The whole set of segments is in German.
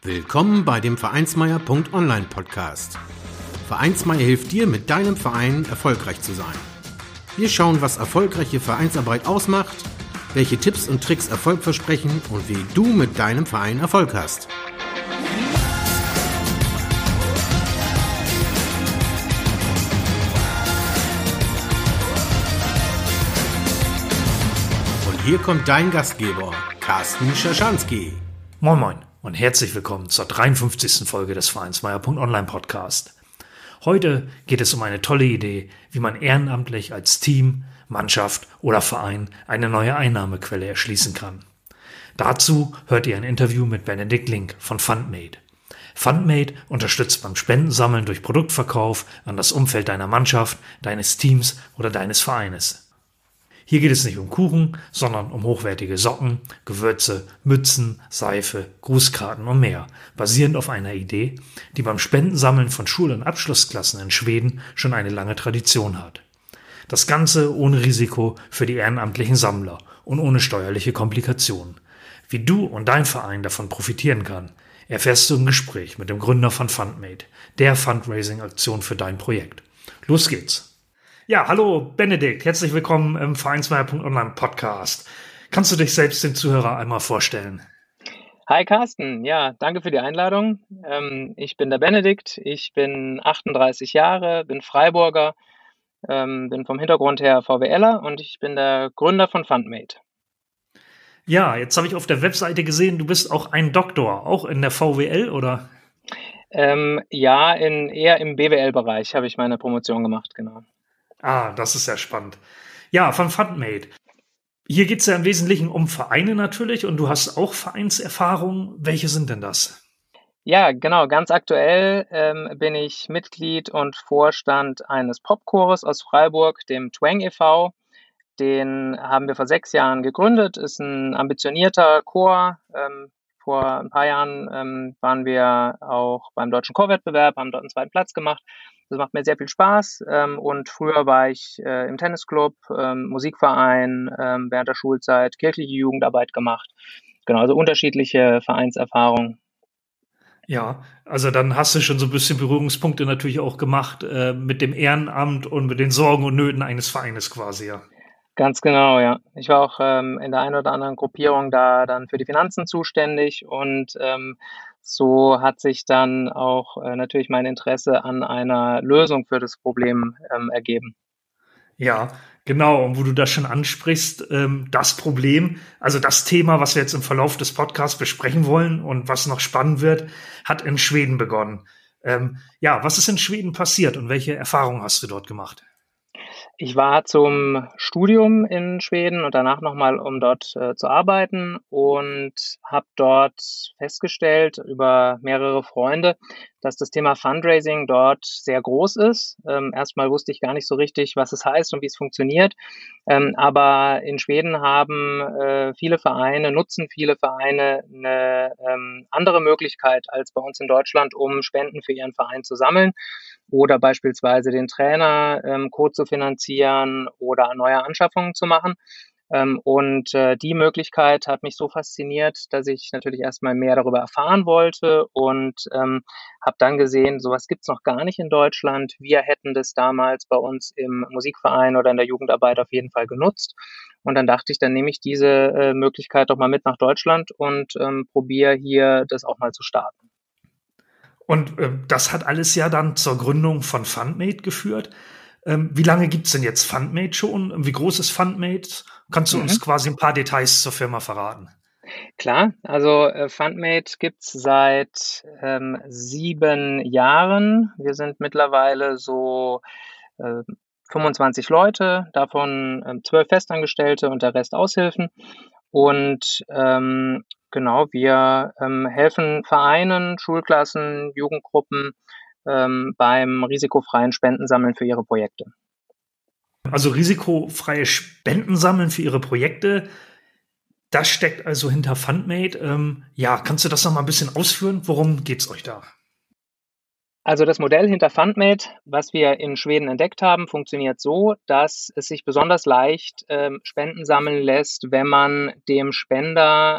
Willkommen bei dem Vereinsmeier.online Podcast. Vereinsmeier hilft dir, mit deinem Verein erfolgreich zu sein. Wir schauen, was erfolgreiche Vereinsarbeit ausmacht, welche Tipps und Tricks Erfolg versprechen und wie du mit deinem Verein Erfolg hast. Und hier kommt dein Gastgeber, Carsten Schaschanski. Moin Moin und herzlich willkommen zur 53. Folge des Vereinsmeier.online Podcast. Heute geht es um eine tolle Idee, wie man ehrenamtlich als Team, Mannschaft oder Verein eine neue Einnahmequelle erschließen kann. Dazu hört ihr ein Interview mit Benedikt Link von Fundmate. Fundmate unterstützt beim Spendensammeln durch Produktverkauf an das Umfeld deiner Mannschaft, deines Teams oder deines Vereines. Hier geht es nicht um Kuchen, sondern um hochwertige Socken, Gewürze, Mützen, Seife, Grußkarten und mehr, basierend auf einer Idee, die beim Spendensammeln von Schul- und Abschlussklassen in Schweden schon eine lange Tradition hat. Das Ganze ohne Risiko für die ehrenamtlichen Sammler und ohne steuerliche Komplikationen. Wie du und dein Verein davon profitieren kann, erfährst du im Gespräch mit dem Gründer von Fundmate, der Fundraising-Aktion für dein Projekt. Los geht's! Ja, hallo Benedikt, herzlich willkommen im Vereinsmeier.online Podcast. Kannst du dich selbst dem Zuhörer einmal vorstellen? Hi Carsten, ja, danke für die Einladung. Ich bin der Benedikt, ich bin 38 Jahre, bin Freiburger, bin vom Hintergrund her VWLer und ich bin der Gründer von Fundmate. Ja, jetzt habe ich auf der Webseite gesehen, du bist auch ein Doktor, auch in der VWL, oder? Ja, eher im BWL-Bereich habe ich meine Promotion gemacht, genau. Ah, das ist ja spannend. Ja, von Fundmate. Hier geht es ja im Wesentlichen um Vereine natürlich und du hast auch Vereinserfahrung. Welche sind denn das? Ja, genau. Ganz aktuell bin ich Mitglied und Vorstand eines Popchores aus Freiburg, dem Twang e.V. Den haben wir vor 6 Jahren gegründet. Ist ein ambitionierter Chor. Vor ein paar Jahren waren wir auch beim Deutschen Chorwettbewerb, haben dort einen 2. Platz gemacht. Das macht mir sehr viel Spaß. Und früher war ich im Tennisclub, Musikverein, während der Schulzeit kirchliche Jugendarbeit gemacht. Genau, also unterschiedliche Vereinserfahrungen. Ja, also dann hast du schon so ein bisschen Berührungspunkte natürlich auch gemacht mit dem Ehrenamt und mit den Sorgen und Nöten eines Vereines quasi, ja. Ganz genau, ja. Ich war auch in der einen oder anderen Gruppierung da dann für die Finanzen zuständig und so hat sich dann auch natürlich mein Interesse an einer Lösung für das Problem ergeben. Ja, genau. Und wo du das schon ansprichst, das Problem, also das Thema, was wir jetzt im Verlauf des Podcasts besprechen wollen und was noch spannend wird, hat in Schweden begonnen. Ja, was ist in Schweden passiert und welche Erfahrungen hast du dort gemacht? Ich war zum Studium in Schweden und danach nochmal, um dort zu arbeiten und habe dort festgestellt über mehrere Freunde, dass das Thema Fundraising dort sehr groß ist. Erstmal wusste ich gar nicht so richtig, was es heißt und wie es funktioniert. Aber in Schweden nutzen viele Vereine eine andere Möglichkeit als bei uns in Deutschland, um Spenden für ihren Verein zu sammeln oder beispielsweise den Trainer zu finanzieren oder neue Anschaffungen zu machen. Die Möglichkeit hat mich so fasziniert, dass ich natürlich erstmal mehr darüber erfahren wollte und habe dann gesehen, sowas gibt's noch gar nicht in Deutschland. Wir hätten das damals bei uns im Musikverein oder in der Jugendarbeit auf jeden Fall genutzt. Und dann dachte ich, dann nehme ich diese Möglichkeit doch mal mit nach Deutschland und probiere hier das auch mal zu starten. Und das hat alles ja dann zur Gründung von Fundmate geführt. Wie lange gibt's denn jetzt Fundmate schon? Wie groß ist Fundmate? Kannst du uns quasi ein paar Details zur Firma verraten? Klar, also Fundmate gibt's seit 7 Jahren. Wir sind mittlerweile so 25 Leute, davon 12 Festangestellte und der Rest Aushilfen. Und genau, wir helfen Vereinen, Schulklassen, Jugendgruppen beim risikofreien Spendensammeln für ihre Projekte. Also risikofreie Spenden sammeln für ihre Projekte, das steckt also hinter Fundmate. Ja, kannst du das noch mal ein bisschen ausführen? Worum geht's euch da? Also das Modell hinter Fundmate, was wir in Schweden entdeckt haben, funktioniert so, dass es sich besonders leicht Spenden sammeln lässt, wenn man dem Spender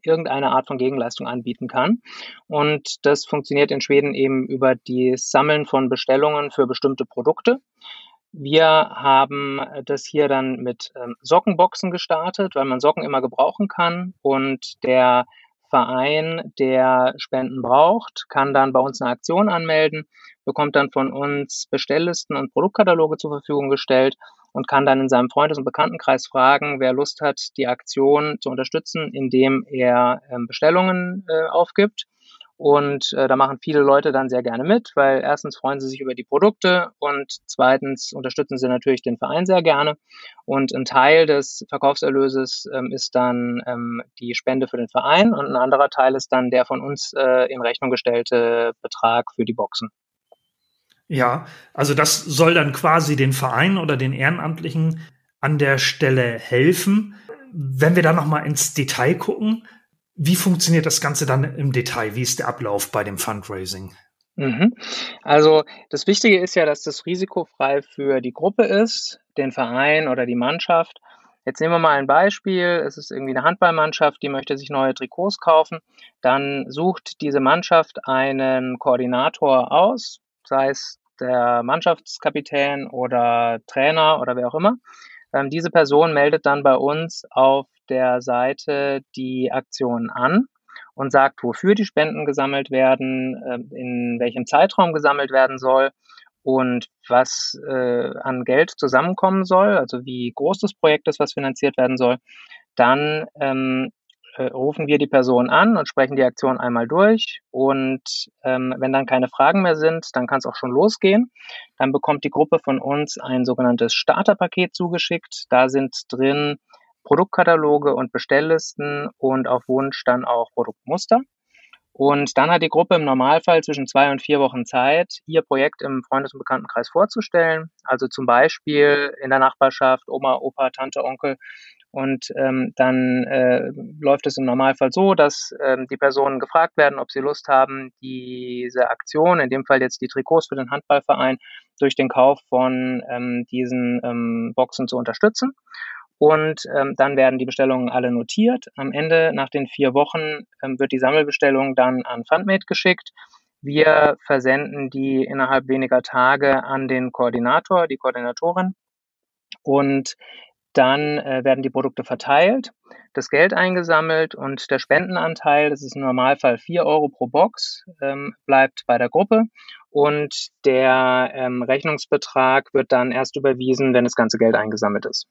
irgendeine Art von Gegenleistung anbieten kann. Und das funktioniert in Schweden eben über das Sammeln von Bestellungen für bestimmte Produkte. Wir haben das hier dann mit Sockenboxen gestartet, weil man Socken immer gebrauchen kann und der Verein, der Spenden braucht, kann dann bei uns eine Aktion anmelden, bekommt dann von uns Bestelllisten und Produktkataloge zur Verfügung gestellt und kann dann in seinem Freundes- und Bekanntenkreis fragen, wer Lust hat, die Aktion zu unterstützen, indem er Bestellungen aufgibt. Und da machen viele Leute dann sehr gerne mit, weil erstens freuen sie sich über die Produkte und zweitens unterstützen sie natürlich den Verein sehr gerne. Und ein Teil des Verkaufserlöses ist dann die Spende für den Verein und ein anderer Teil ist dann der von uns in Rechnung gestellte Betrag für die Boxen. Ja, also das soll dann quasi den Verein oder den Ehrenamtlichen an der Stelle helfen. Wenn wir da noch mal ins Detail gucken, wie funktioniert das Ganze dann im Detail? Wie ist der Ablauf bei dem Fundraising? Also das Wichtige ist ja, dass das risikofrei für die Gruppe ist, den Verein oder die Mannschaft. Jetzt nehmen wir mal ein Beispiel. Es ist irgendwie eine Handballmannschaft, die möchte sich neue Trikots kaufen. Dann sucht diese Mannschaft einen Koordinator aus, sei es der Mannschaftskapitän oder Trainer oder wer auch immer. Diese Person meldet dann bei uns auf der Seite die Aktion an und sagt, wofür die Spenden gesammelt werden, in welchem Zeitraum gesammelt werden soll und was an Geld zusammenkommen soll, also wie groß das Projekt ist, was finanziert werden soll. Dann rufen wir die Person an und sprechen die Aktion einmal durch. Und wenn dann keine Fragen mehr sind, dann kann es auch schon losgehen. Dann bekommt die Gruppe von uns ein sogenanntes Starterpaket zugeschickt. Da sind drin Produktkataloge und Bestelllisten und auf Wunsch dann auch Produktmuster. Und dann hat die Gruppe im Normalfall zwischen 2 und 4 Wochen Zeit, ihr Projekt im Freundes- und Bekanntenkreis vorzustellen. Also zum Beispiel in der Nachbarschaft, Oma, Opa, Tante, Onkel. Und dann läuft es im Normalfall so, dass die Personen gefragt werden, ob sie Lust haben, diese Aktion, in dem Fall jetzt die Trikots für den Handballverein, durch den Kauf von diesen Boxen zu unterstützen. Und dann werden die Bestellungen alle notiert. Am Ende, nach den 4 Wochen, wird die Sammelbestellung dann an Fundmate geschickt. Wir versenden die innerhalb weniger Tage an den Koordinator, die Koordinatorin. Und dann werden die Produkte verteilt, das Geld eingesammelt und der Spendenanteil, das ist im Normalfall 4 Euro pro Box, bleibt bei der Gruppe. Und der Rechnungsbetrag wird dann erst überwiesen, wenn das ganze Geld eingesammelt ist.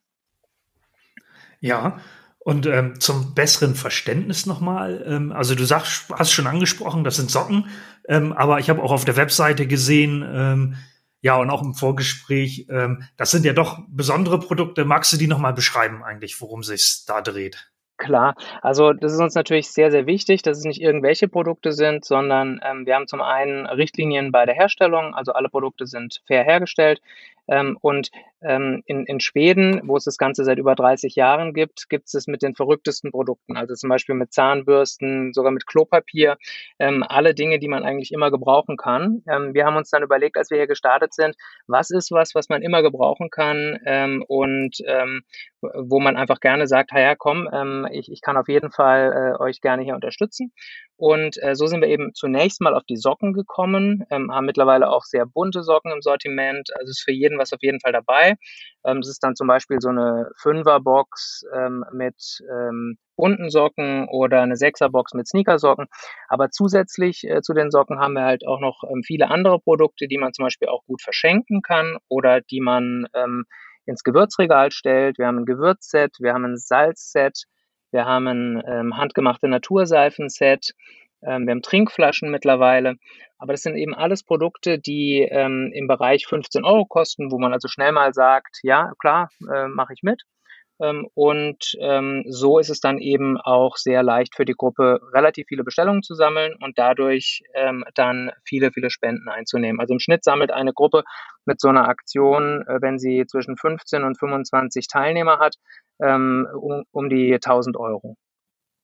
Ja, und zum besseren Verständnis nochmal, also du hast schon angesprochen, das sind Socken, aber ich habe auch auf der Webseite gesehen, ja, und auch im Vorgespräch, das sind ja doch besondere Produkte. Magst du die nochmal beschreiben eigentlich, worum es sich da dreht? Klar, also das ist uns natürlich sehr, sehr wichtig, dass es nicht irgendwelche Produkte sind, sondern wir haben zum einen Richtlinien bei der Herstellung, also alle Produkte sind fair hergestellt. Und in Schweden, wo es das Ganze seit über 30 Jahren gibt, gibt es mit den verrücktesten Produkten, also zum Beispiel mit Zahnbürsten, sogar mit Klopapier, alle Dinge, die man eigentlich immer gebrauchen kann. Wir haben uns dann überlegt, als wir hier gestartet sind, was ist was man immer gebrauchen kann und wo man einfach gerne sagt, ja komm, ich kann auf jeden Fall euch gerne hier unterstützen. Und so sind wir eben zunächst mal auf die Socken gekommen, haben mittlerweile auch sehr bunte Socken im Sortiment, also ist für jeden was auf jeden Fall dabei. Das ist dann zum Beispiel so eine 5er-Box mit bunten Socken oder eine 6er-Box mit Sneakersocken. Aber zusätzlich zu den Socken haben wir halt auch noch viele andere Produkte, die man zum Beispiel auch gut verschenken kann oder die man ins Gewürzregal stellt. Wir haben ein Gewürzset, wir haben ein Salzset, wir haben ein handgemachte Naturseifen-Set, wir haben Trinkflaschen mittlerweile. Aber das sind eben alles Produkte, die im Bereich 15 Euro kosten, wo man also schnell mal sagt, ja, klar, mache ich mit. Und so ist es dann eben auch sehr leicht für die Gruppe, relativ viele Bestellungen zu sammeln und dadurch dann viele, viele Spenden einzunehmen. Also im Schnitt sammelt eine Gruppe mit so einer Aktion, wenn sie zwischen 15 und 25 Teilnehmer hat, um die 1.000 Euro.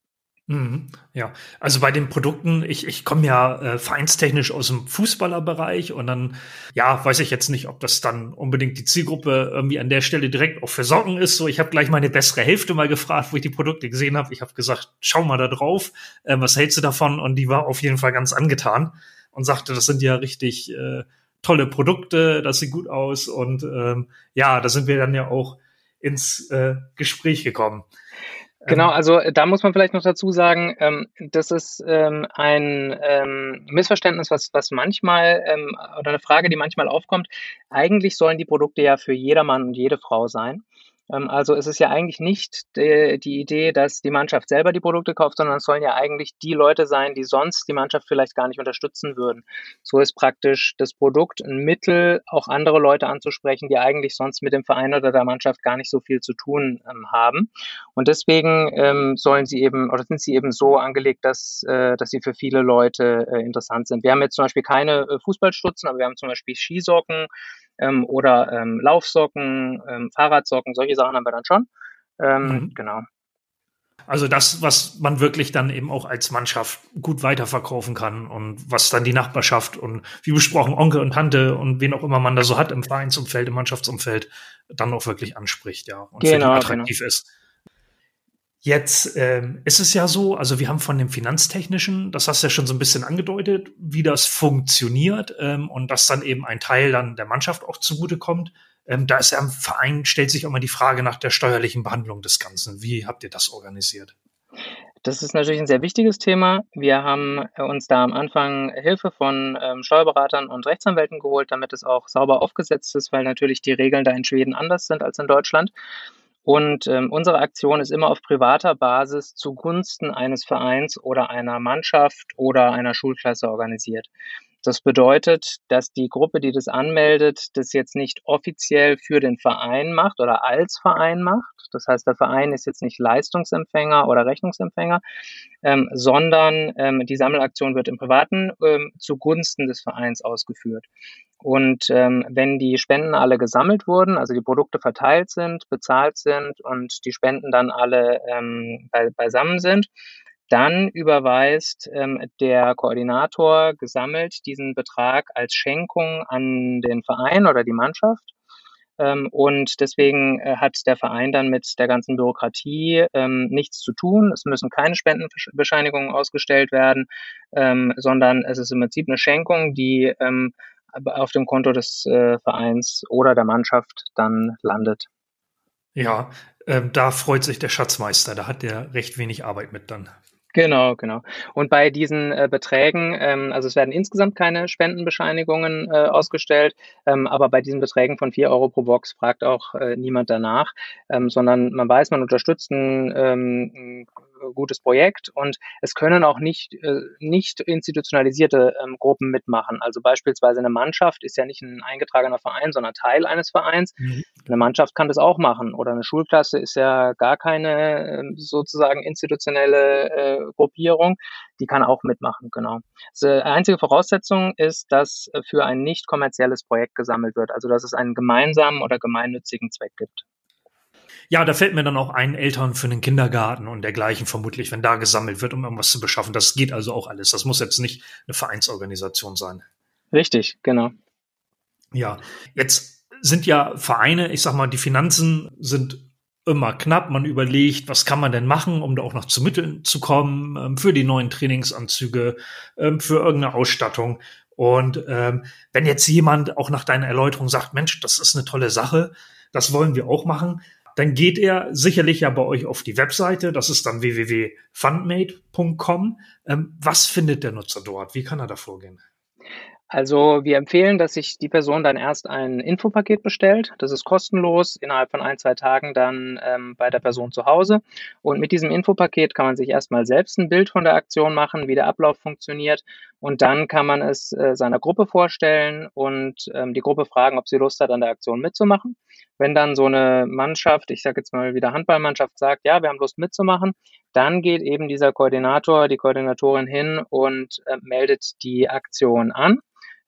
Ja, also bei den Produkten, ich komme ja vereinstechnisch aus dem Fußballerbereich und dann, ja, weiß ich jetzt nicht, ob das dann unbedingt die Zielgruppe irgendwie an der Stelle direkt auch für Socken ist. So, ich habe gleich meine bessere Hälfte mal gefragt, wo ich die Produkte gesehen habe. Ich habe gesagt, schau mal da drauf, was hältst du davon? Und die war auf jeden Fall ganz angetan und sagte, das sind ja richtig tolle Produkte, das sieht gut aus und ja, da sind wir dann ja auch ins Gespräch gekommen. Genau, also da muss man vielleicht noch dazu sagen, das ist ein Missverständnis, was manchmal oder eine Frage, die manchmal aufkommt. Eigentlich sollen die Produkte ja für jedermann und jede Frau sein. Also es ist ja eigentlich nicht die Idee, dass die Mannschaft selber die Produkte kauft, sondern es sollen ja eigentlich die Leute sein, die sonst die Mannschaft vielleicht gar nicht unterstützen würden. So ist praktisch das Produkt ein Mittel, auch andere Leute anzusprechen, die eigentlich sonst mit dem Verein oder der Mannschaft gar nicht so viel zu tun haben. Und deswegen sollen sie eben oder sind sie eben so angelegt, dass sie für viele Leute interessant sind. Wir haben jetzt zum Beispiel keine Fußballstutzen, aber wir haben zum Beispiel Skisocken oder Laufsocken, Fahrradsocken, solche Sachen haben wir dann schon. Genau. Also das, was man wirklich dann eben auch als Mannschaft gut weiterverkaufen kann und was dann die Nachbarschaft und wie besprochen Onkel und Tante und wen auch immer man da so hat im Vereinsumfeld, im Mannschaftsumfeld, dann auch wirklich anspricht, ja, und für die attraktiv ist. Jetzt ist es ja so, also wir haben von dem Finanztechnischen, das hast du ja schon so ein bisschen angedeutet, wie das funktioniert und dass dann eben ein Teil dann der Mannschaft auch zugutekommt. Da ist ja im Verein, stellt sich auch mal die Frage nach der steuerlichen Behandlung des Ganzen. Wie habt ihr das organisiert? Das ist natürlich ein sehr wichtiges Thema. Wir haben uns da am Anfang Hilfe von Steuerberatern und Rechtsanwälten geholt, damit es auch sauber aufgesetzt ist, weil natürlich die Regeln da in Schweden anders sind als in Deutschland. Und unsere Aktion ist immer auf privater Basis zugunsten eines Vereins oder einer Mannschaft oder einer Schulklasse organisiert. Das bedeutet, dass die Gruppe, die das anmeldet, das jetzt nicht offiziell für den Verein macht oder als Verein macht. Das heißt, der Verein ist jetzt nicht Leistungsempfänger oder Rechnungsempfänger, sondern die Sammelaktion wird im Privaten zugunsten des Vereins ausgeführt. Und wenn die Spenden alle gesammelt wurden, also die Produkte verteilt sind, bezahlt sind und die Spenden dann alle beisammen sind, dann überweist der Koordinator gesammelt diesen Betrag als Schenkung an den Verein oder die Mannschaft. Und deswegen hat der Verein dann mit der ganzen Bürokratie nichts zu tun. Es müssen keine Spendenbescheinigungen ausgestellt werden, sondern es ist im Prinzip eine Schenkung, die auf dem Konto des Vereins oder der Mannschaft dann landet. Ja, da freut sich der Schatzmeister. Da hat der recht wenig Arbeit mit dann. Genau, genau. Und bei diesen Beträgen, also es werden insgesamt keine Spendenbescheinigungen ausgestellt, aber bei diesen Beträgen von 4 Euro pro Box fragt auch niemand danach, sondern man weiß, man unterstützt ein gutes Projekt und es können auch nicht institutionalisierte Gruppen mitmachen. Also beispielsweise eine Mannschaft ist ja nicht ein eingetragener Verein, sondern Teil eines Vereins. Eine Mannschaft kann das auch machen oder eine Schulklasse ist ja gar keine sozusagen institutionelle Gruppierung, die kann auch mitmachen, genau. Die einzige Voraussetzung ist, dass für ein nicht kommerzielles Projekt gesammelt wird, also dass es einen gemeinsamen oder gemeinnützigen Zweck gibt. Ja, da fällt mir dann auch ein, Eltern für den Kindergarten und dergleichen vermutlich, wenn da gesammelt wird, um irgendwas zu beschaffen. Das geht also auch alles. Das muss jetzt nicht eine Vereinsorganisation sein. Richtig, genau. Ja, jetzt sind ja Vereine, ich sag mal, die Finanzen sind immer knapp. Man überlegt, was kann man denn machen, um da auch noch zu Mitteln zu kommen, für die neuen Trainingsanzüge, für irgendeine Ausstattung. Und wenn jetzt jemand auch nach deiner Erläuterung sagt, Mensch, das ist eine tolle Sache, das wollen wir auch machen, dann geht er sicherlich ja bei euch auf die Webseite. Das ist dann www.fundmate.com. Was findet der Nutzer dort? Wie kann er da vorgehen? Also wir empfehlen, dass sich die Person dann erst ein Infopaket bestellt. Das ist kostenlos, innerhalb von 1, 2 Tagen dann bei der Person zu Hause. Und mit diesem Infopaket kann man sich erstmal selbst ein Bild von der Aktion machen, wie der Ablauf funktioniert. Und dann kann man es seiner Gruppe vorstellen und die Gruppe fragen, ob sie Lust hat, an der Aktion mitzumachen. Wenn dann so eine Mannschaft, ich sage jetzt mal wieder Handballmannschaft, sagt, ja, wir haben Lust mitzumachen, dann geht eben dieser Koordinator, die Koordinatorin hin und meldet die Aktion an.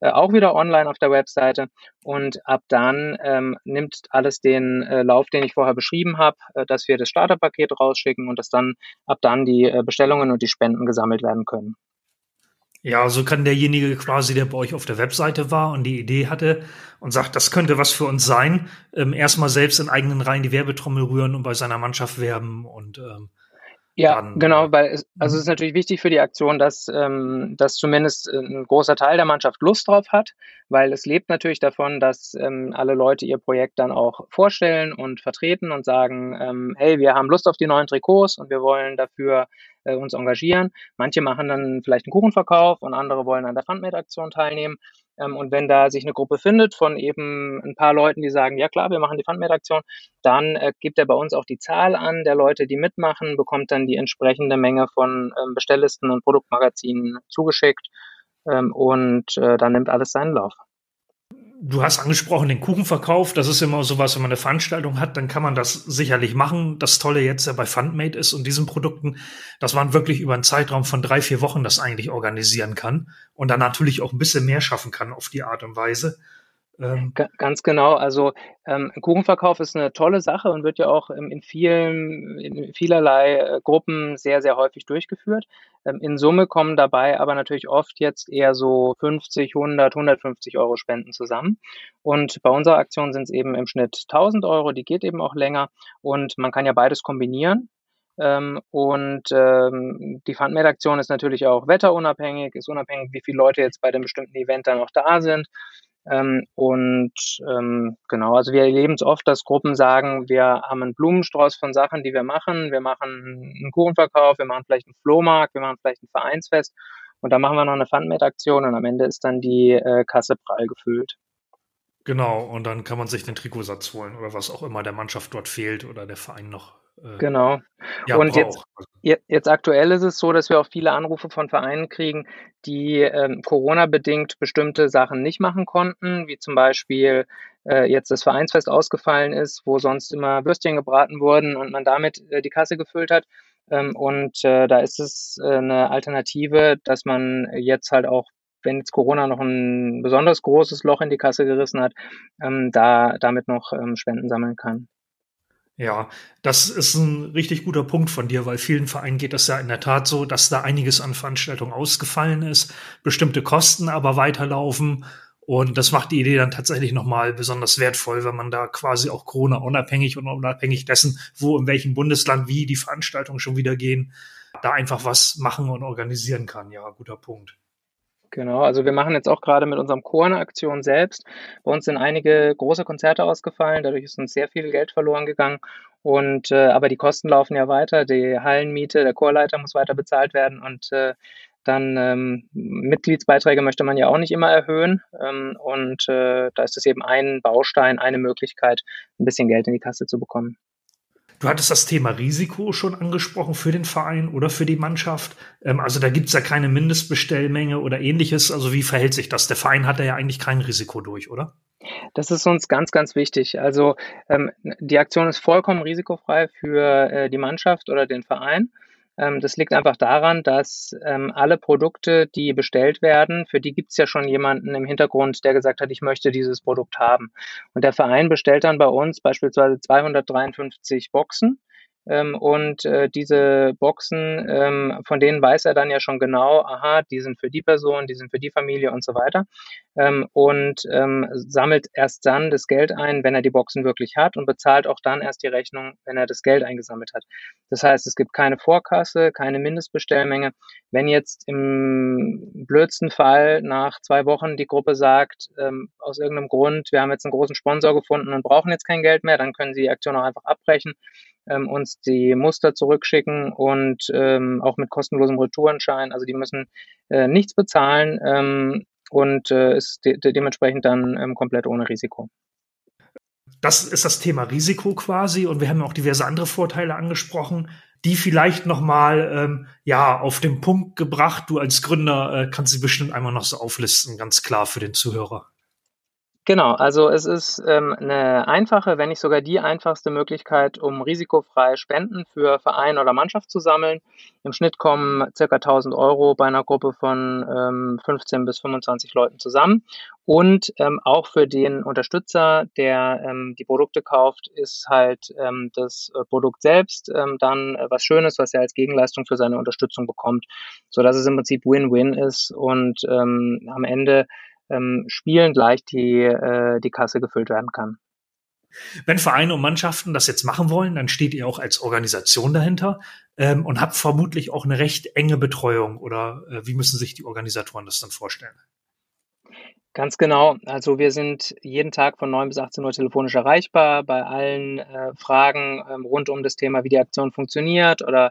auch wieder online auf der Webseite. Und ab dann nimmt alles den Lauf, den ich vorher beschrieben habe, dass wir das Starterpaket rausschicken und dass dann ab dann die Bestellungen und die Spenden gesammelt werden können. Ja, so kann derjenige quasi, der bei euch auf der Webseite war und die Idee hatte und sagt, das könnte was für uns sein, erstmal selbst in eigenen Reihen die Werbetrommel rühren und bei seiner Mannschaft werben und ja, dann, genau, weil es ist natürlich wichtig für die Aktion, dass zumindest ein großer Teil der Mannschaft Lust drauf hat, weil es lebt natürlich davon, dass alle Leute ihr Projekt dann auch vorstellen und vertreten und sagen, hey, wir haben Lust auf die neuen Trikots und wir wollen dafür uns engagieren. Manche machen dann vielleicht einen Kuchenverkauf und andere wollen an der Pfandmate-Aktion teilnehmen. Und wenn da sich eine Gruppe findet von eben ein paar Leuten, die sagen, ja klar, wir machen die Pfandmate-Aktion, dann gibt er bei uns auch die Zahl an der Leute, die mitmachen, bekommt dann die entsprechende Menge von Bestelllisten und Produktmagazinen zugeschickt und dann nimmt alles seinen Lauf. Du hast angesprochen den Kuchenverkauf. Das ist immer sowas, wenn man eine Veranstaltung hat, dann kann man das sicherlich machen. Das Tolle jetzt ja bei Pfandmate ist und diesen Produkten, dass man wirklich über einen Zeitraum von 3-4 Wochen das eigentlich organisieren kann und dann natürlich auch ein bisschen mehr schaffen kann auf die Art und Weise. Ganz genau. Also Kuchenverkauf ist eine tolle Sache und wird ja auch in vielerlei Gruppen sehr, sehr häufig durchgeführt. In Summe kommen dabei aber natürlich oft jetzt eher so 50, 100, 150 Euro Spenden zusammen. Und bei unserer Aktion sind es eben im Schnitt 1.000 Euro, die geht eben auch länger. Und man kann ja beides kombinieren. Die Pfandmate-Aktion ist natürlich auch wetterunabhängig, ist unabhängig, wie viele Leute jetzt bei dem bestimmten Event dann auch da sind. Genau, also wir erleben es oft, dass Gruppen sagen, wir haben einen Blumenstrauß von Sachen, die wir machen. Wir machen einen Kuchenverkauf, wir machen vielleicht einen Flohmarkt, wir machen vielleicht ein Vereinsfest und dann machen wir noch eine Pfandmate-Aktion und am Ende ist dann die Kasse prall gefüllt. Genau, und dann kann man sich den Trikotsatz holen oder was auch immer der Mannschaft dort fehlt oder der Verein noch genau. Ja, Und braucht. jetzt aktuell ist es so, dass wir auch viele Anrufe von Vereinen kriegen, die Corona-bedingt bestimmte Sachen nicht machen konnten, wie zum Beispiel jetzt das Vereinsfest ausgefallen ist, wo sonst immer Würstchen gebraten wurden und man damit die Kasse gefüllt hat. Da ist es eine Alternative, dass man jetzt halt auch, wenn jetzt Corona noch ein besonders großes Loch in die Kasse gerissen hat, damit noch Spenden sammeln kann. Ja, das ist ein richtig guter Punkt von dir, weil vielen Vereinen geht das ja in der Tat so, dass da einiges an Veranstaltungen ausgefallen ist, bestimmte Kosten aber weiterlaufen. Und das macht die Idee dann tatsächlich nochmal besonders wertvoll, wenn man da quasi auch Corona-unabhängig und unabhängig dessen, wo in welchem Bundesland wie die Veranstaltungen schon wieder gehen, da einfach was machen und organisieren kann. Ja, guter Punkt. Genau, also wir machen jetzt auch gerade mit unserem Chor eine Aktion selbst. Bei uns sind einige große Konzerte ausgefallen, dadurch ist uns sehr viel Geld verloren gegangen. Aber die Kosten laufen ja weiter, die Hallenmiete, der Chorleiter muss weiter bezahlt werden und dann Mitgliedsbeiträge möchte man ja auch nicht immer erhöhen. Da ist es eben ein Baustein, eine Möglichkeit, ein bisschen Geld in die Kasse zu bekommen. Du hattest das Thema Risiko schon angesprochen für den Verein oder für die Mannschaft. Also da gibt's ja keine Mindestbestellmenge oder ähnliches. Also wie verhält sich das? Der Verein hat ja eigentlich kein Risiko durch, oder? Das ist uns ganz, ganz wichtig. Also die Aktion ist vollkommen risikofrei für die Mannschaft oder den Verein. Das liegt einfach daran, dass alle Produkte, die bestellt werden, für die gibt es ja schon jemanden im Hintergrund, der gesagt hat, ich möchte dieses Produkt haben. Und der Verein bestellt dann bei uns beispielsweise 253 Boxen. Diese Boxen, von denen weiß er dann ja schon genau, aha, die sind für die Person, die sind für die Familie und so weiter. Sammelt erst dann das Geld ein, wenn er die Boxen wirklich hat und bezahlt auch dann erst die Rechnung, wenn er das Geld eingesammelt hat. Das heißt, es gibt keine Vorkasse, keine Mindestbestellmenge. Wenn jetzt im blödsten Fall nach 2 Wochen die Gruppe sagt, aus irgendeinem Grund, wir haben jetzt einen großen Sponsor gefunden und brauchen jetzt kein Geld mehr, dann können sie die Aktion auch einfach abbrechen, uns die Muster zurückschicken und auch mit kostenlosem Retourenschein. Also die müssen nichts bezahlen ist dementsprechend dann komplett ohne Risiko. Das ist das Thema Risiko quasi und wir haben auch diverse andere Vorteile angesprochen, die vielleicht noch mal auf den Punkt gebracht. Du als Gründer kannst sie bestimmt einmal noch so auflisten, ganz klar für den Zuhörer. Genau, also es ist 'ne einfache, wenn nicht sogar die einfachste Möglichkeit, um risikofrei Spenden für Verein oder Mannschaft zu sammeln. Im Schnitt kommen circa 1.000 € bei einer Gruppe von 15 bis 25 Leuten zusammen. Und auch für den Unterstützer, der die Produkte kauft, ist halt das Produkt selbst dann was Schönes, was er als Gegenleistung für seine Unterstützung bekommt, sodass es im Prinzip Win-Win ist und am Ende spielend leicht die Kasse gefüllt werden kann. Wenn Vereine und Mannschaften das jetzt machen wollen, dann steht ihr auch als Organisation dahinter und habt vermutlich auch eine recht enge Betreuung. Oder wie müssen sich die Organisatoren das dann vorstellen? Ganz genau. Also wir sind jeden Tag von 9 bis 18 Uhr telefonisch erreichbar bei allen Fragen rund um das Thema, wie die Aktion funktioniert oder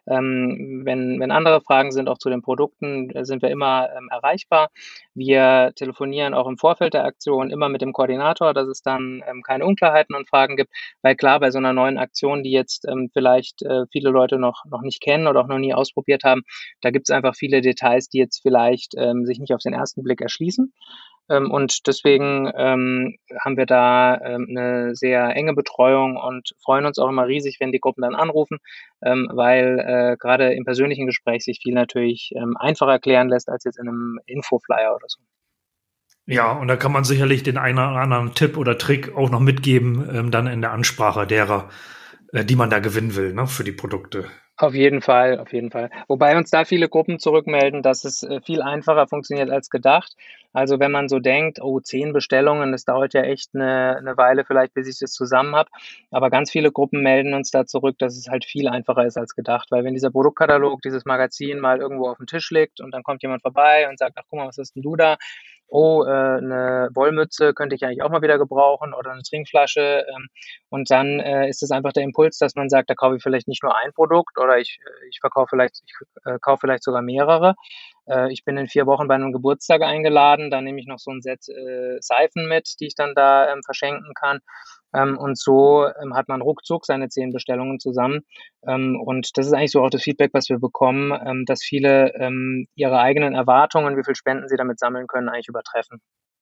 wenn andere Fragen sind, auch zu den Produkten, sind wir immer erreichbar. Wir telefonieren auch im Vorfeld der Aktion immer mit dem Koordinator, dass es dann keine Unklarheiten und Fragen gibt, weil klar, bei so einer neuen Aktion, die jetzt vielleicht viele Leute noch nicht kennen oder auch noch nie ausprobiert haben, da gibt es einfach viele Details, die jetzt vielleicht sich nicht auf den ersten Blick erschließen. Und deswegen haben wir da 'ne sehr enge Betreuung und freuen uns auch immer riesig, wenn die Gruppen dann anrufen, weil grade im persönlichen Gespräch sich viel natürlich einfacher erklären lässt als jetzt in 'nem Infoflyer oder so. Ja, und da kann man sicherlich den einen oder anderen Tipp oder Trick auch noch mitgeben, dann in der Ansprache derer, die man da gewinnen will, ne, für die Produkte. Auf jeden Fall, auf jeden Fall. Wobei uns da viele Gruppen zurückmelden, dass es viel einfacher funktioniert als gedacht. Also wenn man so denkt: „Oh, 10 Bestellungen, das dauert ja echt eine Weile vielleicht, bis ich das zusammen habe.“ Aber ganz viele Gruppen melden uns da zurück, dass es halt viel einfacher ist als gedacht. Weil wenn dieser Produktkatalog, dieses Magazin mal irgendwo auf dem Tisch liegt und dann kommt jemand vorbei und sagt: „Ach, guck mal, was hast 'n du da?“ „Oh, 'ne Wollmütze könnte ich eigentlich auch mal wieder gebrauchen oder eine Trinkflasche.“ Und dann ist es einfach der Impuls, dass man sagt: „Da kaufe ich vielleicht nicht nur ein Produkt oder ich kaufe vielleicht sogar mehrere.“ Ich bin in 4 Wochen bei einem Geburtstag eingeladen, da nehme ich noch so 'n Set Seifen mit, die ich dann da verschenken kann. Und so hat man ruckzuck seine 10 Bestellungen zusammen. Und das ist eigentlich so auch das Feedback, was wir bekommen, dass viele ihre eigenen Erwartungen, wie viel Spenden sie damit sammeln können, eigentlich übertreffen.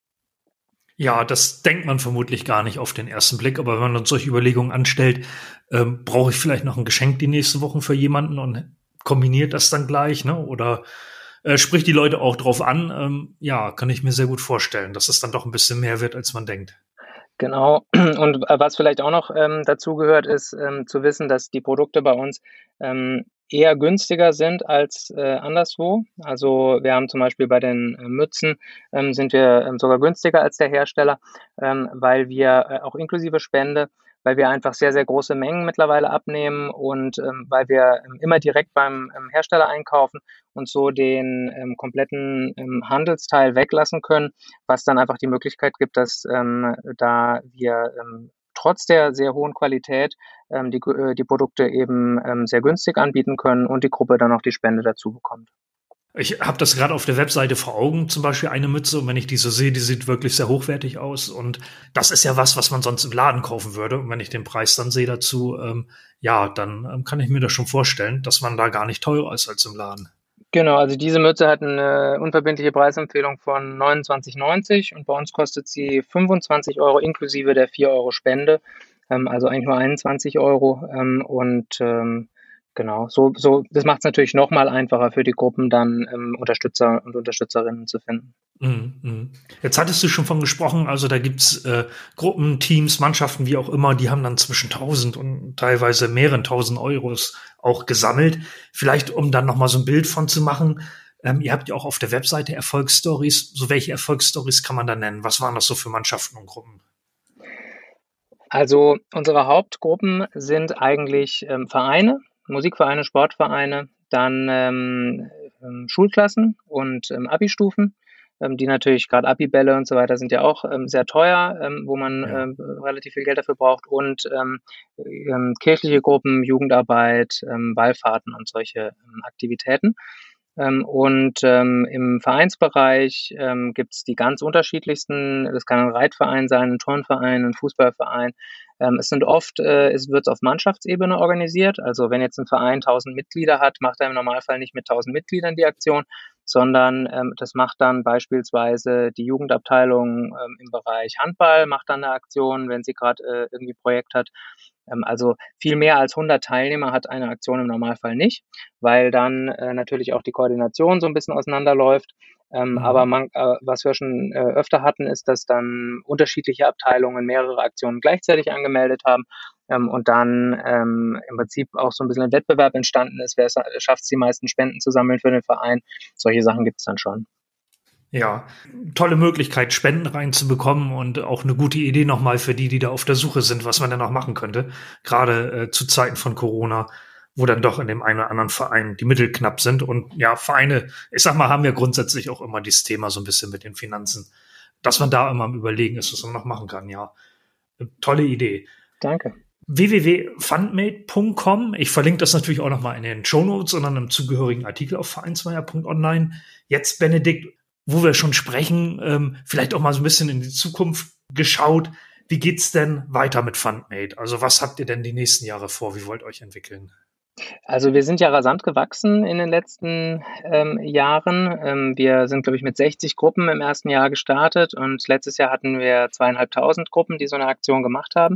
Ja, das denkt man vermutlich gar nicht auf den ersten Blick, aber wenn man solche Überlegungen anstellt, brauche ich vielleicht noch ein Geschenk die nächsten Wochen für jemanden und kombiniert das dann gleich, ne? Oder spricht die Leute auch drauf an? Ja, kann ich mir sehr gut vorstellen, dass es dann doch ein bisschen mehr wird, als man denkt. Genau. Und was vielleicht auch noch dazugehört, ist zu wissen, dass die Produkte bei uns eher günstiger sind als anderswo. Also wir haben zum Beispiel bei den Mützen sind wir sogar günstiger als der Hersteller, weil wir auch inklusive Spende, weil wir einfach sehr, sehr große Mengen mittlerweile abnehmen und weil wir immer direkt beim Hersteller einkaufen und so den kompletten Handelsteil weglassen können, was dann einfach die Möglichkeit gibt, dass da wir trotz der sehr hohen Qualität die Produkte eben sehr günstig anbieten können und die Gruppe dann auch die Spende dazu bekommt. Ich habe das gerade auf der Webseite vor Augen, zum Beispiel eine Mütze, und wenn ich die so sehe, die sieht wirklich sehr hochwertig aus. Und das ist ja was man sonst im Laden kaufen würde. Und wenn ich den Preis dann sehe dazu, ja, dann kann ich mir das schon vorstellen, dass man da gar nicht teurer ist als im Laden. Genau, also diese Mütze hat eine unverbindliche Preisempfehlung von 29,90 und bei uns kostet sie 25 € inklusive der 4 € Spende, also eigentlich nur 21 €. Genau, so das macht es natürlich noch mal einfacher für die Gruppen dann, Unterstützer und Unterstützerinnen zu finden. Mhm, mhm. Jetzt hattest du schon von gesprochen, also da gibt's Gruppen, Teams, Mannschaften, wie auch immer, die haben dann zwischen 1.000 und teilweise mehreren tausend Euros auch gesammelt. Vielleicht, um dann noch mal so ein Bild von zu machen. Ihr habt ja auch auf der Webseite Erfolgsstories. So welche Erfolgsstories kann man da nennen? Was waren das so für Mannschaften und Gruppen? Also, unsere Hauptgruppen sind eigentlich Vereine, Musikvereine, Sportvereine, dann Schulklassen und Abistufen, die natürlich gerade Abibälle und so weiter sind ja auch sehr teuer, wo man Ja. relativ viel Geld dafür braucht und kirchliche Gruppen, Jugendarbeit, Wallfahrten und solche Aktivitäten. Im Vereinsbereich gibt es die ganz unterschiedlichsten. Das kann ein Reitverein sein, ein Turnverein, ein Fußballverein. Es wird auf Mannschaftsebene organisiert. Also wenn jetzt ein Verein 1000 Mitglieder hat, macht er im Normalfall nicht mit 1000 Mitgliedern die Aktion, sondern das macht dann beispielsweise die Jugendabteilung im Bereich Handball, macht dann eine Aktion, wenn sie gerade irgendwie Projekt hat. Also viel mehr als 100 Teilnehmer hat eine Aktion im Normalfall nicht, weil dann natürlich auch die Koordination so ein bisschen auseinanderläuft. Aber was wir schon öfter hatten, ist, dass dann unterschiedliche Abteilungen mehrere Aktionen gleichzeitig angemeldet haben und dann im Prinzip auch so ein bisschen ein Wettbewerb entstanden ist, wer schafft es, die meisten Spenden zu sammeln für den Verein. Solche Sachen gibt es dann schon. Ja, tolle Möglichkeit, Spenden reinzubekommen und auch eine gute Idee nochmal für die da auf der Suche sind, was man denn noch machen könnte. Gerade zu Zeiten von Corona, wo dann doch in dem einen oder anderen Verein die Mittel knapp sind. Und ja, Vereine, ich sag mal, haben ja grundsätzlich auch immer dieses Thema so ein bisschen mit den Finanzen, dass man da immer am Überlegen ist, was man noch machen kann. Ja, tolle Idee. Danke. www.fundmate.com. Ich verlinke das natürlich auch nochmal in den Shownotes und dann im zugehörigen Artikel auf vereinsmeier.online. Jetzt, Benedikt, wo wir schon sprechen, vielleicht auch mal so ein bisschen in die Zukunft geschaut. Wie geht's denn weiter mit Fundmate? Also was habt ihr denn die nächsten Jahre vor? Wie wollt ihr euch entwickeln? Also wir sind ja rasant gewachsen in den letzten Jahren. Wir sind, glaube ich, mit 60 Gruppen im ersten Jahr gestartet und letztes Jahr hatten wir 2.500 Gruppen, die so eine Aktion gemacht haben.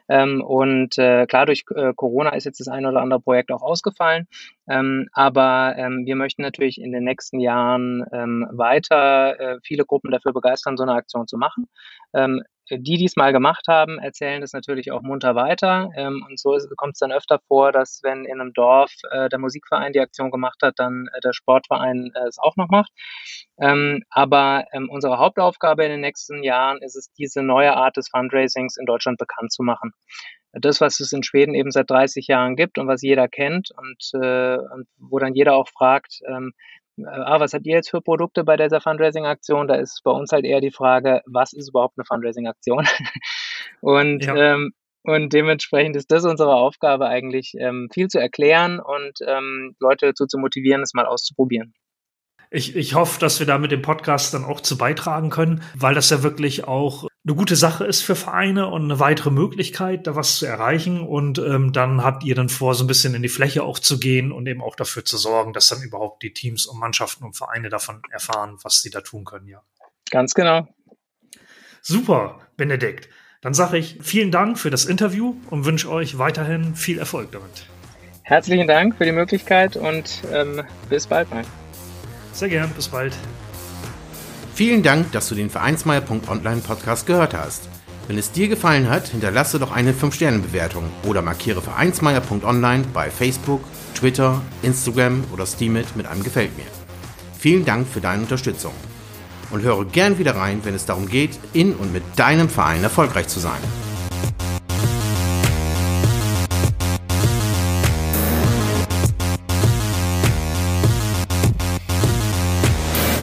Klar, durch Corona ist jetzt das ein oder andere Projekt auch ausgefallen. Aber wir möchten natürlich in den nächsten Jahren weiter viele Gruppen dafür begeistern, so eine Aktion zu machen. Die es mal gemacht haben, erzählen das natürlich auch munter weiter. Und so kommt es dann öfter vor, dass wenn in einem Dorf der Musikverein die Aktion gemacht hat, dann der Sportverein es auch noch macht. Aber unsere Hauptaufgabe in den nächsten Jahren ist es, diese neue Art des Fundraisings in Deutschland bekannt zu machen. Das, was es in Schweden eben seit 30 Jahren gibt und was jeder kennt und wo dann jeder auch fragt, was habt ihr jetzt für Produkte bei dieser Fundraising-Aktion? Da ist bei uns halt eher die Frage, was ist überhaupt eine Fundraising-Aktion? Und dementsprechend ist das unsere Aufgabe eigentlich, viel zu erklären und Leute dazu zu motivieren, es mal auszuprobieren. Ich hoffe, dass wir da mit dem Podcast dann auch zu beitragen können, weil das ja wirklich auch eine gute Sache ist für Vereine und eine weitere Möglichkeit, da was zu erreichen. Und dann habt ihr dann vor, so ein bisschen in die Fläche auch zu gehen und eben auch dafür zu sorgen, dass dann überhaupt die Teams und Mannschaften und Vereine davon erfahren, was sie da tun können, ja. Ganz genau. Super, Benedikt. Dann sage ich vielen Dank für das Interview und wünsche euch weiterhin viel Erfolg damit. Herzlichen Dank für die Möglichkeit und bis bald mal. Sehr gern, bis bald. Vielen Dank, dass du den Vereinsmeier.online Podcast gehört hast. Wenn es dir gefallen hat, hinterlasse doch eine 5-Sterne-Bewertung oder markiere Vereinsmeier.online bei Facebook, Twitter, Instagram oder Steemit mit einem Gefällt mir. Vielen Dank für deine Unterstützung. Und höre gern wieder rein, wenn es darum geht, in und mit deinem Verein erfolgreich zu sein.